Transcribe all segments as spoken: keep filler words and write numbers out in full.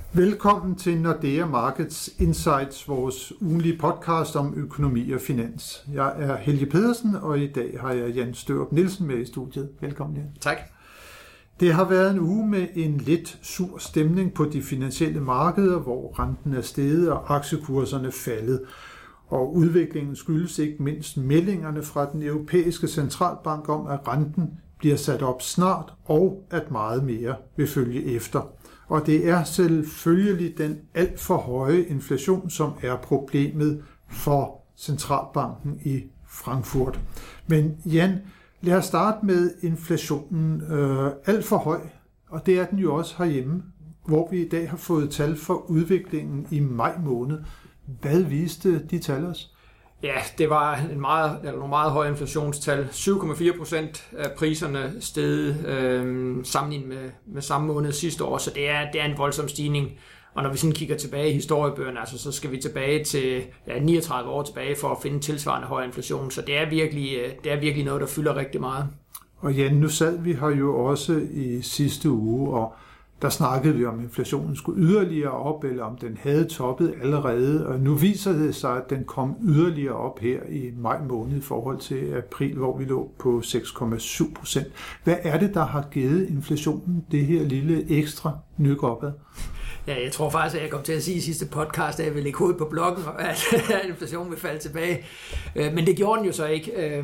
Velkommen til Nordea Markets Insights, vores ugenlige podcast om økonomi og finans. Jeg er Helge Pedersen, og i dag har jeg Jan Størup Nielsen med i studiet. Velkommen, Jan. Tak. Det har været en uge med en lidt sur stemning på de finansielle markeder, hvor renten er steget og aktiekurserne faldet. Og udviklingen skyldes ikke mindst meldingerne fra den europæiske centralbank om, at renten bliver sat op snart, og at meget mere vil følge efter. Og det er selvfølgelig den alt for høje inflation, som er problemet for centralbanken i Frankfurt. Men Jan, lad os starte med inflationen. Øh, alt for høj, og det er den jo også herhjemme, hvor vi i dag har fået tal for udviklingen i maj måned. Hvad viste de tal os? Ja, det var en meget, eller nogle meget høje inflationstal. syv komma fire procent af priserne steget øh, sammenlignet med, med samme måned sidste år, så det er, det er en voldsom stigning. Og når vi sådan kigger tilbage i historiebøgerne, altså, så skal vi tilbage til ja, niogtredive år tilbage for at finde tilsvarende høj inflation. Så det er, virkelig, det er virkelig noget, der fylder rigtig meget. Og Jan, nu sad vi her jo også i sidste uge, og der snakkede vi om, inflationen skulle yderligere op, eller om den havde toppet allerede. Og nu viser det sig, at den kom yderligere op her i maj måned i forhold til april, hvor vi lå på seks komma syv procent. Hvad er det, der har givet inflationen det her lille ekstra nyk opad? Ja, jeg tror faktisk, at jeg kom til at sige i sidste podcast, at jeg ville lægge hovedet på blokken, at inflationen vil falde tilbage. Men det gjorde den jo så ikke.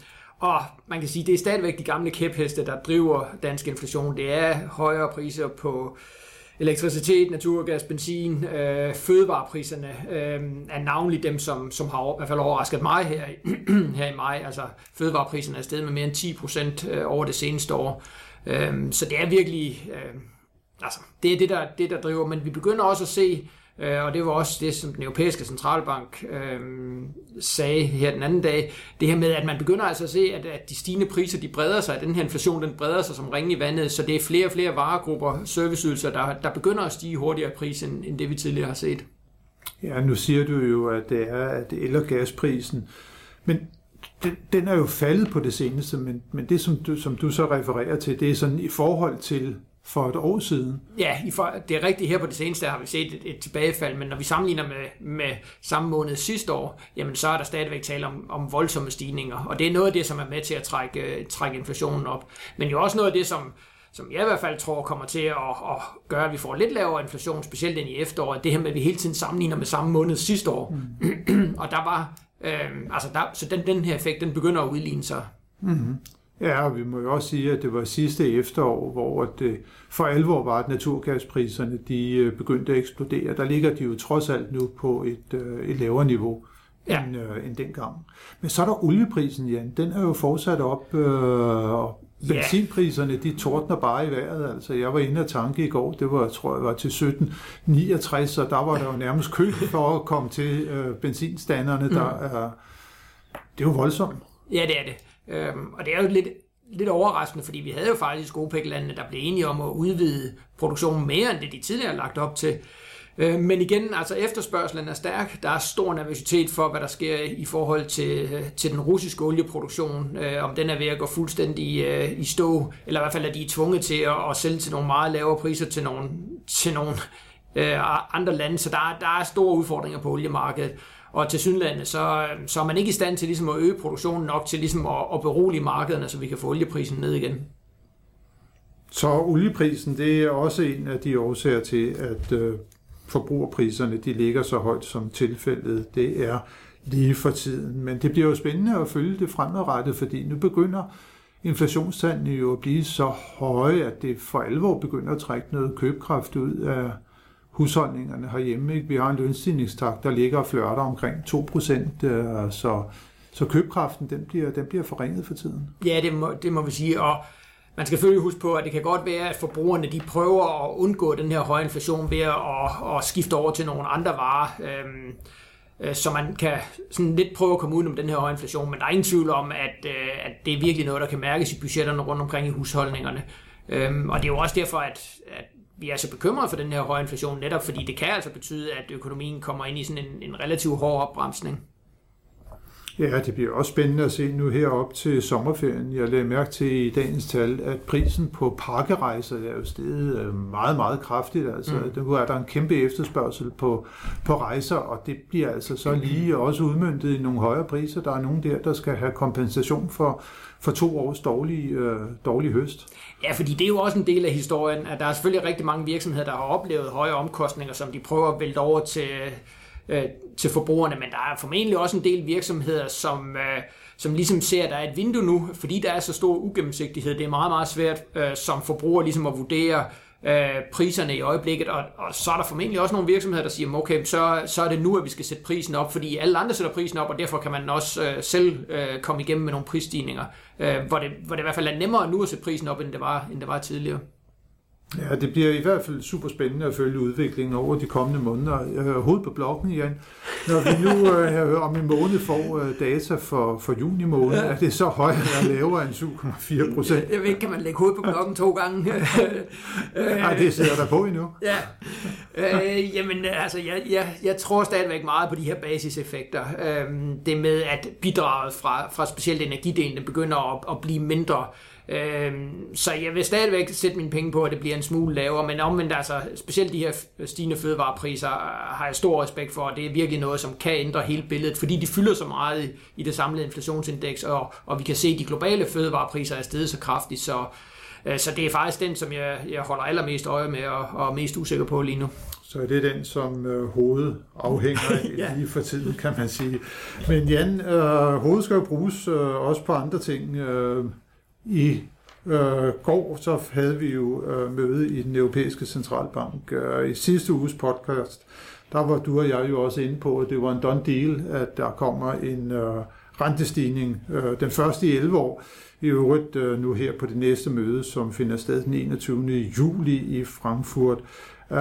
Og man kan sige, at det er stadigvæk de gamle kæpheste, der driver dansk inflation. Det er højere priser på elektricitet, naturgas, benzin, øh, fødevarepriserne øh, er navnlig dem, som, som har i hvert fald overrasket mig her i, her i maj. Altså fødevarepriserne er steget med mere end ti procent over det seneste år. Øh, så det er virkelig, øh, altså det er det der, det, der driver. Men vi begynder også at se, og det var også det, som den europæiske centralbank øh, sagde her den anden dag, det her med, at man begynder altså at se, at, at de stigende priser, de breder sig, at den her inflation, den breder sig som ringe i vandet, så det er flere og flere varegrupper, serviceydelser, der, der begynder at stige hurtigere i pris, end, end det vi tidligere har set. Ja, nu siger du jo, at det er at el- og gasprisen, men den, den er jo faldet på det seneste, men, men det, som du, som du så refererer til, det er sådan i forhold til for et år siden. Ja, det er rigtigt. Her på det seneste har vi set et, et tilbagefald, men når vi sammenligner med, med samme måned sidste år, jamen så er der stadigvæk tale om, om voldsomme stigninger, og det er noget af det, som er med til at trække, trække inflationen op. Men jo også noget af det, som, som jeg i hvert fald tror kommer til at, at gøre, at vi får lidt lavere inflation, specielt ind i efteråret, det her med, at vi hele tiden sammenligner med samme måned sidste år. Mm. Og der var, øh, altså der, så den, den her effekt, den begynder at udligne sig. Mm-hmm. Ja, og vi må jo også sige, at det var sidste efterår, hvor det for alvor var, at naturgaspriserne de begyndte at eksplodere. Der ligger de jo trods alt nu på et, et lavere niveau ja. end, uh, end dengang. Men så er der olieprisen, Jan. Den er jo fortsat op, uh, og benzinpriserne de tordner bare i vejret. Altså, jeg var inde og tanke i går, det var, tror jeg, var til sytten niogtres, og der var der jo nærmest kø for at komme til uh, benzinstanderne. Der er, det er jo voldsomt. Ja, det er det. Øhm, og det er jo lidt, lidt overraskende, fordi vi havde jo faktisk OPEC-landene, der blev enige om at udvide produktionen mere, end det de tidligere har lagt op til. Øhm, men igen, altså efterspørgselen er stærk. Der er stor nervøsitet for, hvad der sker i forhold til, til den russiske olieproduktion. Øh, om den er ved at gå fuldstændig øh, i stå, eller i hvert fald er de tvunget til at, at sælge til nogle meget lavere priser til nogle, til nogle øh, andre lande. Så der, der er store udfordringer på oliemarkedet. Og til Sydlandet, så, så er man ikke i stand til ligesom at øge produktionen nok til ligesom at, at berolige markederne, så vi kan få olieprisen ned igen. Så olieprisen, det er også en af de årsager til, at øh, forbrugerpriserne de ligger så højt som tilfældet. Det er lige for tiden. Men det bliver jo spændende at følge det fremadrettet, fordi nu begynder inflationstallene jo at blive så høje, at det for alvor begynder at trække noget købekraft ud af husholdningerne herhjemme. Ikke? Vi har en lønstigningstakt, der ligger og flørter omkring to procent, så, så købekraften den bliver, den bliver forringet for tiden. Ja, det må, det må vi sige, og man skal selvfølgelig huske på, at det kan godt være, at forbrugerne de prøver at undgå den her høje inflation ved at, at, at skifte over til nogle andre varer, øhm, så man kan sådan lidt prøve at komme ud om den her høje inflation, men der er ingen tvivl om, at, at det er virkelig noget, der kan mærkes i budgetterne rundt omkring i husholdningerne. Øhm, og det er jo også derfor, at, at vi er så bekymrede for den her høje inflation, netop fordi det kan altså betyde, at økonomien kommer ind i sådan en, en relativt hård opbremsning. Ja, det bliver også spændende at se nu herop til sommerferien. Jeg lagde mærke til i dagens tal, at prisen på pakkerejser er jo steget meget, meget kraftigt. Altså, mm. Nu er der en kæmpe efterspørgsel på, på rejser, og det bliver altså så lige også udmøntet i nogle højere priser. Der er nogen der, der skal have kompensation for, for to års dårlig, øh, dårlig høst. Ja, fordi det er jo også en del af historien, at der er selvfølgelig rigtig mange virksomheder, der har oplevet høje omkostninger, som de prøver at vælte over til... til forbrugerne, men der er formentlig også en del virksomheder, som, øh, som ligesom ser, at der er et vindue nu, fordi der er så stor ugennemsigtighed. Det er meget, meget svært øh, som forbruger ligesom at vurdere øh, priserne i øjeblikket, og, og så er der formentlig også nogle virksomheder, der siger, okay, så, så er det nu, at vi skal sætte prisen op, fordi alle andre sætter prisen op, og derfor kan man også øh, selv øh, komme igennem med nogle prisstigninger, øh, hvor, det, hvor det i hvert fald er nemmere nu at sætte prisen op, end det var, end det var tidligere. Ja, det bliver i hvert fald super spændende at følge udviklingen over de kommende måneder. Jeg hører hovedet på bloggen, Jan. Når vi nu uh, om en måned får uh, data for, for juni måned, ja. Er det så højere eller lavere end syv komma fire procent? Jeg ved ikke, kan man lægge hovedet på bloggen to gange? Nej, det sidder der på endnu. Ja, øh, jamen altså, jeg, jeg, jeg tror stadigvæk meget på de her basiseffekter. Øh, det med, at bidraget fra, fra specielt energidelen begynder at, at blive mindre. Så jeg vil stadigvæk sætte mine penge på, at det bliver en smule lavere, men omvendt altså, specielt de her stigende fødevarepriser har jeg stor respekt for, og det er virkelig noget, som kan ændre hele billedet, fordi de fylder så meget i det samlede inflationsindeks, og, og vi kan se, at de globale fødevarepriser er steget så kraftigt, så, så det er faktisk den, som jeg, jeg holder allermest øje med og, og er mest usikker på lige nu. Så det er den, som øh, hovedet afhænger af ja. Lige for tiden, kan man sige. Men Jan, øh, hovedet skal jo bruges øh, også på andre ting. Øh, I øh, går så havde vi jo øh, møde i den europæiske centralbank. Øh, I sidste uges podcast, der var du og jeg jo også inde på, at det var en done deal, at der kommer en øh, rentestigning øh, den første i elleve år. I øvrigt øh, nu her på det næste møde, som finder sted den enogtyvende juli i Frankfurt. Øh,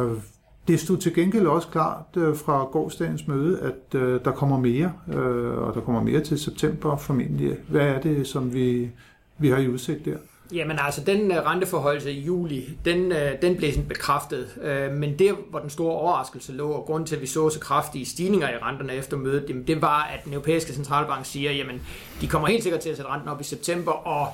Det stod til gengæld også klart øh, fra gårsdagens møde, at øh, der kommer mere, øh, og der kommer mere til september formentlig. Hvad er det, som vi, vi har i udsigt der? Jamen altså, den uh, renteforholdelse i juli, den, uh, den blev sådan bekræftet. Uh, men det, hvor den store overraskelse lå, og grunden til, at vi så så kraftige stigninger i renterne efter mødet, jamen, det var, at den europæiske centralbank siger, jamen, de kommer helt sikkert til at sætte renten op i september, og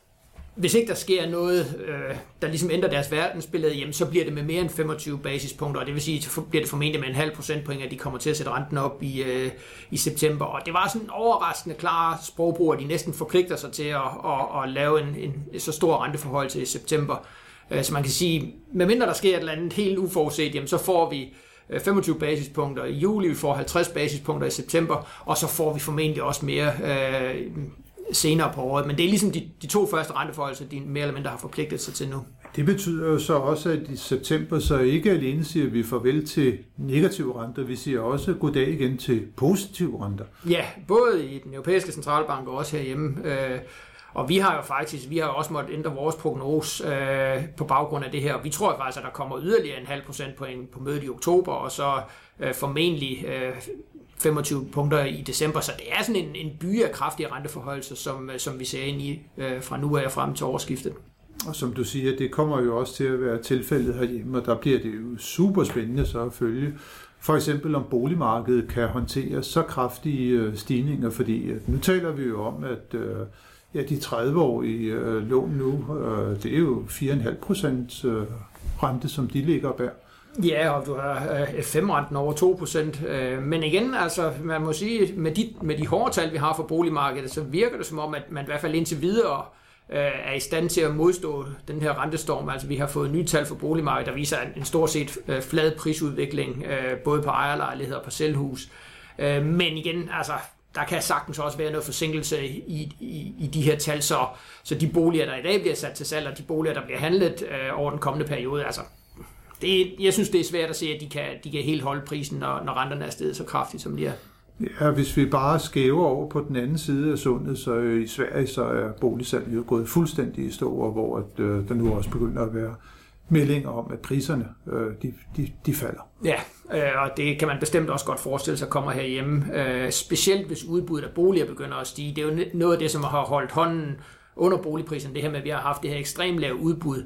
hvis ikke der sker noget, øh, der ligesom ændrer deres verdensbillede, jamen, så bliver det med mere end femogtyve basispunkter, og det vil sige, så bliver det formentlig med en halv procentpoint, at de kommer til at sætte renten op i, øh, i september. Og det var sådan en overraskende klar sprogbrug, at de næsten forpligter sig til at, at, at lave en, en så stor renteforholdelse i september. Øh, så man kan sige, medmindre der sker et eller andet helt uforudset, jamen, så får vi femogtyve basispunkter i juli, vi får halvtreds basispunkter i september, og så får vi formentlig også mere øh, senere på året. Men det er ligesom de, de to første renteforholdelser, de mere eller mindre har forpligtet sig til nu. Det betyder jo så også, at i september så ikke alene siger vi farvel til negative renter, vi siger også goddag igen til positive renter. Ja, både i den europæiske centralbank og også herhjemme. Øh, Og vi har jo faktisk, vi har jo også måttet ændre vores prognose øh, på baggrund af det her. Vi tror faktisk, at der kommer yderligere en halv procentpoint på mødet i oktober, og så øh, formentlig øh, femogtyve punkter i december. Så det er sådan en, en by af kraftige renteforholdelser, som, som vi ser ind i øh, fra nu af frem til årsskiftet. Og som du siger, det kommer jo også til at være tilfældet herhjemme, og der bliver det jo super spændende så at følge. For eksempel om boligmarkedet kan håndtere så kraftige stigninger, fordi nu taler vi jo om, at øh, ja, de tredive-årige øh, lån nu, øh, det er jo fire komma fem procent øh, rente, som de ligger bag. Ja, og du har F fem-renten over to procent. Øh, men igen, altså, man må sige, med de, med de hårde tal, vi har for boligmarkedet, så virker det som om, at man i hvert fald indtil videre øh, er i stand til at modstå den her rentestorm. Altså, vi har fået nye tal for boligmarkedet, der viser en, en stort set øh, flad prisudvikling, øh, både på ejerlejligheder og parcelhus. Øh, men igen, altså, der kan sagtens også være noget forsinkelse i, i, i de her tal, så, så de boliger, der i dag bliver sat til salg, og de boliger, der bliver handlet øh, over den kommende periode, altså, det, jeg synes, det er svært at se, at de kan, de kan helt holde prisen, når, når renterne er steget så kraftigt, som de er. Ja, hvis vi bare skæver over på den anden side af sundet, så i Sverige, så er boligsalget jo gået fuldstændig i stå, og hvor at, øh, der nu også begynder at være meldinger om, at priserne øh, de, de, de falder. Ja, øh, og det kan man bestemt også godt forestille sig kommer herhjemme. Øh, specielt hvis udbuddet af boliger begynder at stige. Det er jo noget af det, som har holdt hånden under boligprisen. Det her med, at vi har haft det her ekstremt lave udbud,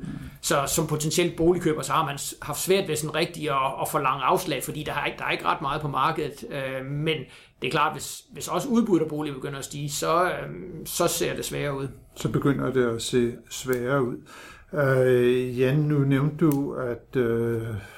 Så som potentielt boligkøber, så har man haft svært ved sådan rigtigt at, at forlange afslag, fordi der er, ikke, der er ikke ret meget på markedet. Øh, men det er klart, hvis, hvis også udbuddet af bolig begynder at stige, så, øh, så ser det sværere ud. Så begynder det at se sværere ud. Øh, Jan, nu nævnte du, at øh,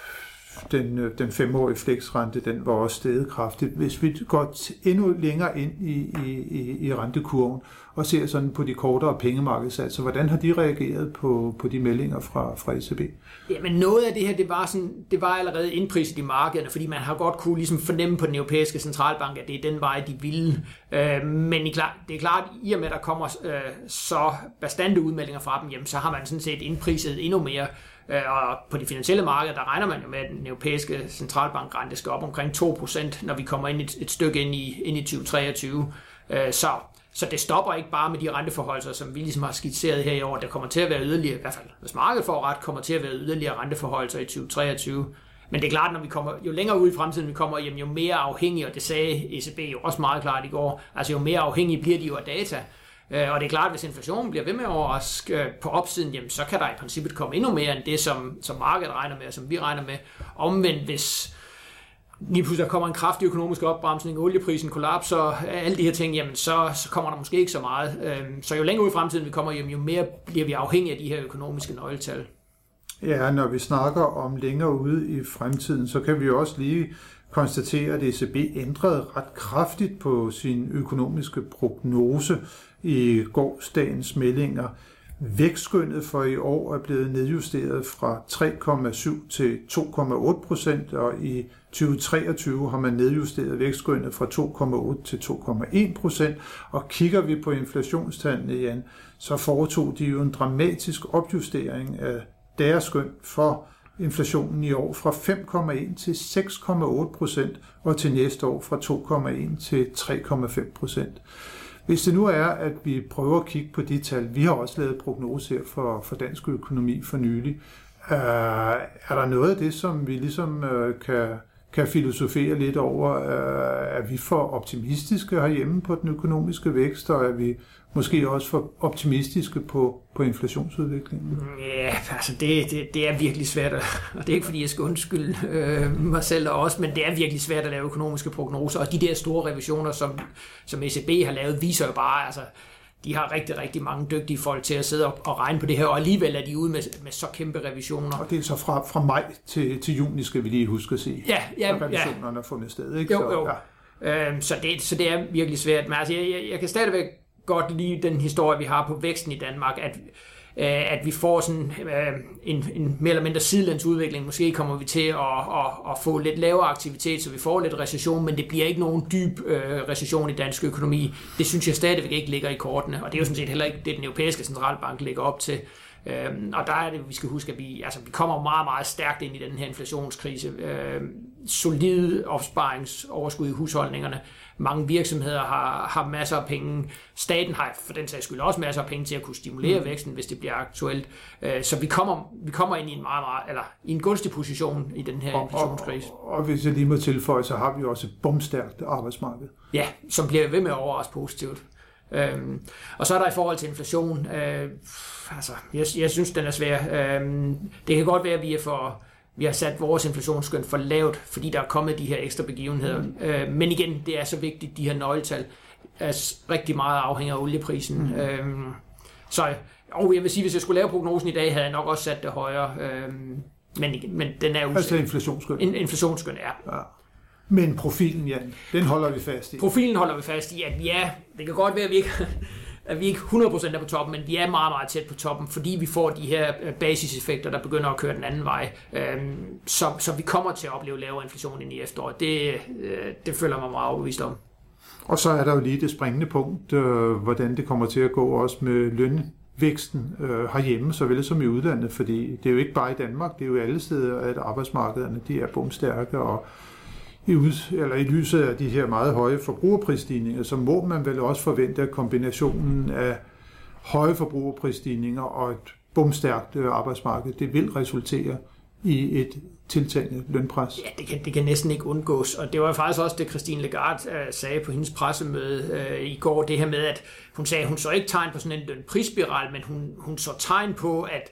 den, den femårige fleksrente, den var også steget kraftigt. Hvis vi går endnu længere ind i, i, i rentekurven og ser sådan på de kortere pengemarkedssatser, hvordan har de reageret på, på de meldinger fra, fra E C B? Jamen noget af det her, det var, sådan, det var allerede indpriset i markederne, fordi man har godt kunne ligesom fornemme på den europæiske centralbank, at det er den vej, de ville. Øh, men det er klart, i og med, at der kommer øh, så bastante udmeldinger fra dem, jamen, så har man sådan set indpriset endnu mere. Og på de finansielle markeder, der regner man jo med, at den europæiske centralbankrente skal op omkring to procent, når vi kommer ind et, et stykke ind i, ind i tyve treogtyve. Så, så det stopper ikke bare med de renteforholdelser, som vi ligesom har skitseret her i år. Der kommer til at være yderligere, i hvert fald hvis markedet får ret, kommer til at være yderligere renteforholdelser i tyve treogtyve. Men det er klart, når vi kommer, jo længere ud i fremtiden vi kommer, jamen, jo mere afhængige, og det sagde E C B jo også meget klart i går, altså jo mere afhængige bliver de jo af data. Og det er klart, at hvis inflationen bliver ved med at overraske på opsiden, jamen, så kan der i princippet komme endnu mere end det, som, som markedet regner med, og som vi regner med. Omvendt, hvis lige pludselig kommer en kraftig økonomisk opbremsning, olieprisen kollapser, alle de her ting, jamen, så, så kommer der måske ikke så meget. Så jo længere ud i fremtiden vi kommer, jamen, jo mere bliver vi afhængige af de her økonomiske nøgletal. Ja, når vi snakker om længere ude i fremtiden, så kan vi jo også lige konstatere, at E C B ændrede ret kraftigt på sin økonomiske prognose i gårsdagens meldinger. Vækstskønnet for i år er blevet nedjusteret fra tre komma syv til to komma otte procent, og i tyve treogtyve har man nedjusteret vækstskønnet fra to komma otte til to komma en procent. Og kigger vi på inflationstallene, Jan, så foretog de jo en dramatisk opjustering af deres skøn for inflationen i år fra fem komma en til seks komma otte procent, og til næste år fra to komma en til tre komma fem procent. Hvis det nu er, at vi prøver at kigge på de tal, vi har også lavet prognose her for, for dansk økonomi for nylig, er, er der noget af det, som vi ligesom øh, kan, kan filosofere lidt over? Er, er vi for optimistiske herhjemme på den økonomiske vækst, og er vi måske også for optimistiske på, på inflationsudviklingen? Ja, altså det, det, det er virkelig svært, og det er ikke fordi, jeg skal undskylde øh, mig selv og også, men det er virkelig svært at lave økonomiske prognoser, og de der store revisioner, som, som E C B har lavet, viser jo bare, altså de har rigtig, rigtig mange dygtige folk til at sidde og, og regne på det her, og alligevel er de ude med, med så kæmpe revisioner. Og det er så fra, fra maj til, til juni, skal vi lige huske at sige, ja, ja, at revisionerne ja. er fundet sted, ikke? Jo, så, jo. Ja. Øhm, så, det, så det er virkelig svært, men altså, jeg, jeg, jeg kan stadigvæk godt lide den historie, vi har på væksten i Danmark, at, øh, at vi får sådan øh, en, en mere eller mindre sidelæns udvikling. Måske kommer vi til at, at, at få lidt lavere aktivitet, så vi får lidt recession, men det bliver ikke nogen dyb øh, recession i dansk økonomi. Det synes jeg stadigvæk ikke ligger i kortene, og det er jo sådan set heller ikke det, den europæiske centralbank lægger op til. Øhm, og der er det, vi skal huske, at vi, altså, vi kommer meget, meget stærkt ind i den her inflationskrise. Øhm, solide opsparingsoverskud i husholdningerne. Mange virksomheder har, har masser af penge. Staten har for den sags skyld også masser af penge til at kunne stimulere mm. væksten, hvis det bliver aktuelt. Øh, så vi kommer, vi kommer ind i en meget, meget, eller i en gunstig position i den her og, inflationskrise. Og, og, og hvis jeg lige må tilføje, så har vi også et bomstærkt arbejdsmarked. Ja, som bliver ved med at overraske positivt. Øhm, og så er der i forhold til inflation, øh, altså, jeg, jeg synes, den er svær. Øhm, det kan godt være, at vi, er for, vi har sat vores inflationsskøn for lavt, fordi der er kommet de her ekstra begivenheder. Mm. Øh, men igen, det er så vigtigt, de her nøgletal er rigtig meget afhænger af olieprisen. Mm. Øhm, så og jeg vil sige, hvis jeg skulle lave prognosen i dag, havde jeg nok også sat det højere. Øhm, men, men den er jo... Altså inflationsskøn? En, inflationsskøn, ja. ja. Men profilen, Jan, den holder vi fast i. Profilen holder vi fast i, at vi er, det kan godt være, at vi ikke, at vi ikke hundrede procent er på toppen, men vi er meget, meget tæt på toppen, fordi vi får de her basiseffekter, der begynder at køre den anden vej. Så, så vi kommer til at opleve lavere inflation ind i efteråret. Det, det føler mig meget overbevist om. Og så er der jo lige det springende punkt, hvordan det kommer til at gå også med lønvæksten herhjemme, såvel som i udlandet, fordi det er jo ikke bare i Danmark, det er jo alle steder, at arbejdsmarkederne de er bomstærke, og I, ud, eller i lyset af de her meget høje forbrugerprisstigninger, så må man vel også forvente, at kombinationen af høje forbrugerprisstigninger og et bomstærkt arbejdsmarked, det vil resultere i et tiltagende lønpres. Ja, det kan, det kan næsten ikke undgås, og det var faktisk også det, Christine Lagarde uh, sagde på hendes pressemøde uh, i går, det her med, at hun sagde, at hun så ikke tegn på sådan en lønprisspiral, men hun, hun så tegn på, at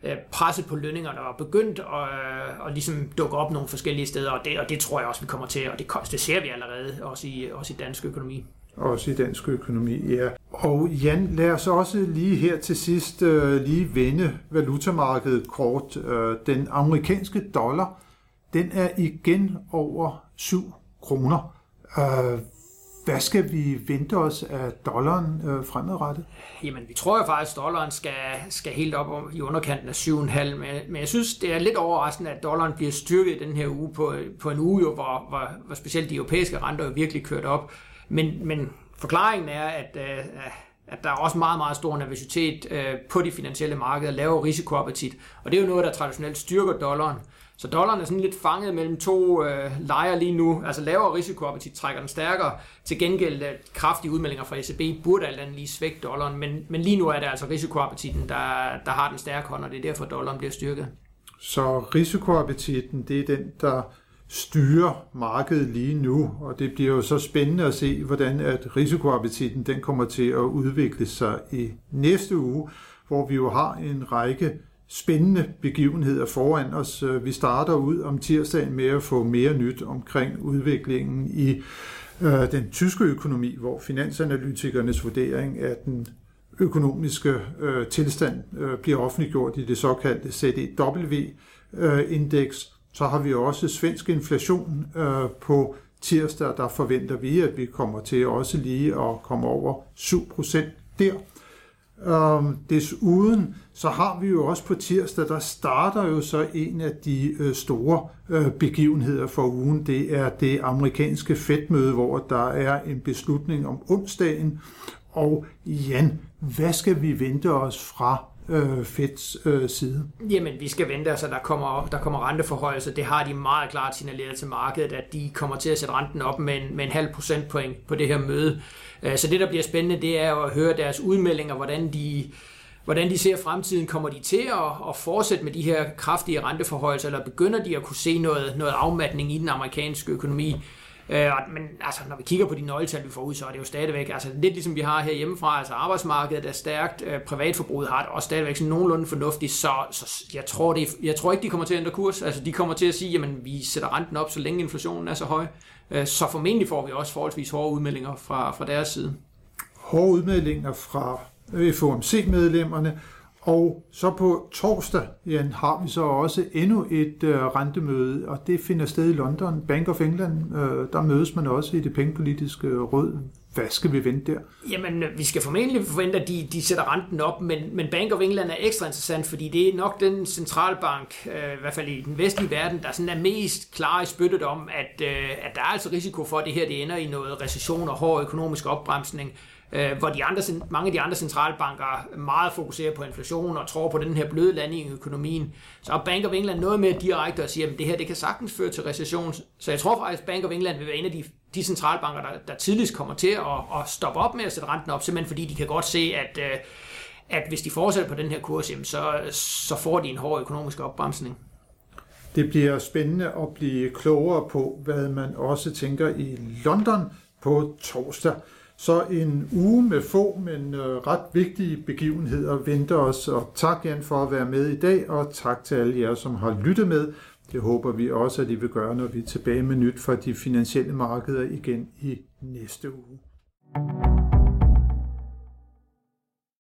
presset på lønningerne var begyndt at, at ligesom dukke op nogle forskellige steder, og det, og det tror jeg også, vi kommer til, og det, det ser vi allerede også i, også i dansk økonomi. Også i dansk økonomi, ja. Og Jan, lad os også lige her til sidst øh, lige vende valutamarkedet kort. Øh, den amerikanske dollar, den er igen over syv kroner. Øh, Hvad skal vi vente os af dollaren øh, fremadrettet? Jamen, vi tror jo faktisk, at dollaren skal, skal helt op i underkanten af syv komma fem, men, men jeg synes, det er lidt overraskende, at dollaren bliver styrket den her uge på, på en uge, jo, hvor, hvor, hvor specielt de europæiske renter jo virkelig kørt op. Men, men forklaringen er, at, at der er også meget, meget stor nervøsitet på de finansielle markeder, lavere risikoappetit, og det er jo noget, der traditionelt styrker dollaren. Så dollaren er sådan lidt fanget mellem to øh, lejre lige nu. Altså lavere risikoappetit trækker den stærkere. Til gengæld kraftige udmeldinger fra E C B burde alt andet lige svække dollaren. Men, men lige nu er det altså risikoappetitten, der, der har den stærke hånd, og det er derfor, dollaren bliver styrket. Så risikoappetitten, det er den, der styrer markedet lige nu. Og det bliver jo så spændende at se, hvordan at risikoappetitten den kommer til at udvikle sig i næste uge, hvor vi jo har en række spændende begivenheder foran os. Vi starter ud om tirsdagen med at få mere nyt omkring udviklingen i øh, den tyske økonomi, hvor finansanalytikernes vurdering af den økonomiske øh, tilstand øh, bliver offentliggjort i det såkaldte Z E W-indeks. Så har vi også svensk inflation øh, på tirsdag. Der forventer vi, at vi kommer til også lige at komme over syv procent der. Um, desuden så har vi jo også på tirsdag, der starter jo så en af de øh, store øh, begivenheder for ugen. Det er det amerikanske Fed-møde, hvor der er en beslutning om onsdagen. Og Jan, hvad skal vi vente os fra øh, Feds øh, side? Jamen, vi skal vente os, at der kommer, der kommer renteforhøjelser. Det har de meget klart signaleret til markedet, at de kommer til at sætte renten op med en, med en halv procentpoint på det her møde. Så det, der bliver spændende, det er jo at høre deres udmeldinger, hvordan de, hvordan de ser fremtiden. Kommer de til at, at fortsætte med de her kraftige renteforhøjelser, eller begynder de at kunne se noget, noget afmatning i den amerikanske økonomi? Men altså, når vi kigger på de nøgletal, vi får ud, så er det jo stadigvæk altså, lidt ligesom vi har her hjemmefra. Altså arbejdsmarkedet er stærkt, privatforbruget har det også stadigvæk sådan nogenlunde fornuftigt, så, så jeg, tror, det, jeg tror ikke, de kommer til at ændre kurs. Altså, de kommer til at sige, jamen vi sætter renten op, så længe inflationen er så høj. Så formentlig får vi også forholdsvis hårde udmeldinger fra, fra deres side. Hårde udmeldinger fra F O M C-medlemmerne. Og så på torsdag, Jan, har vi så også endnu et øh, rentemøde, og det finder sted i London. Bank of England, øh, der mødes man også i det pengepolitiske råd. Hvad skal vi vente der? Jamen, vi skal formentlig forvente, at de, de sætter renten op, men, men Bank of England er ekstra interessant, fordi det er nok den centralbank, øh, i hvert fald i den vestlige verden, der sådan er mest klar i spyttet om, at, øh, at der er altså risiko for, at det her det ender i noget recession og hård økonomisk opbremsning, øh, hvor de andre, mange af de andre centralbanker meget fokuserer på inflation og tror på den her bløde landing i økonomien. Så er Bank of England noget mere direkte og siger, at det her det kan sagtens føre til recession. Så jeg tror faktisk, at Bank of England vil være en af de de centralbanker, der, der tidligst kommer til at, at stoppe op med at sætte renten op, simpelthen fordi de kan godt se, at, at hvis de fortsætter på den her kurs, jamen, så, så får de en hård økonomisk opbremsning. Det bliver spændende at blive klogere på, hvad man også tænker i London på torsdag. Så en uge med få, men ret vigtige begivenheder venter os. Og tak, Jan, for at være med i dag, og tak til alle jer, som har lyttet med. Det håber vi også, at I vil gøre, når vi er tilbage med nyt fra de finansielle markeder igen i næste uge.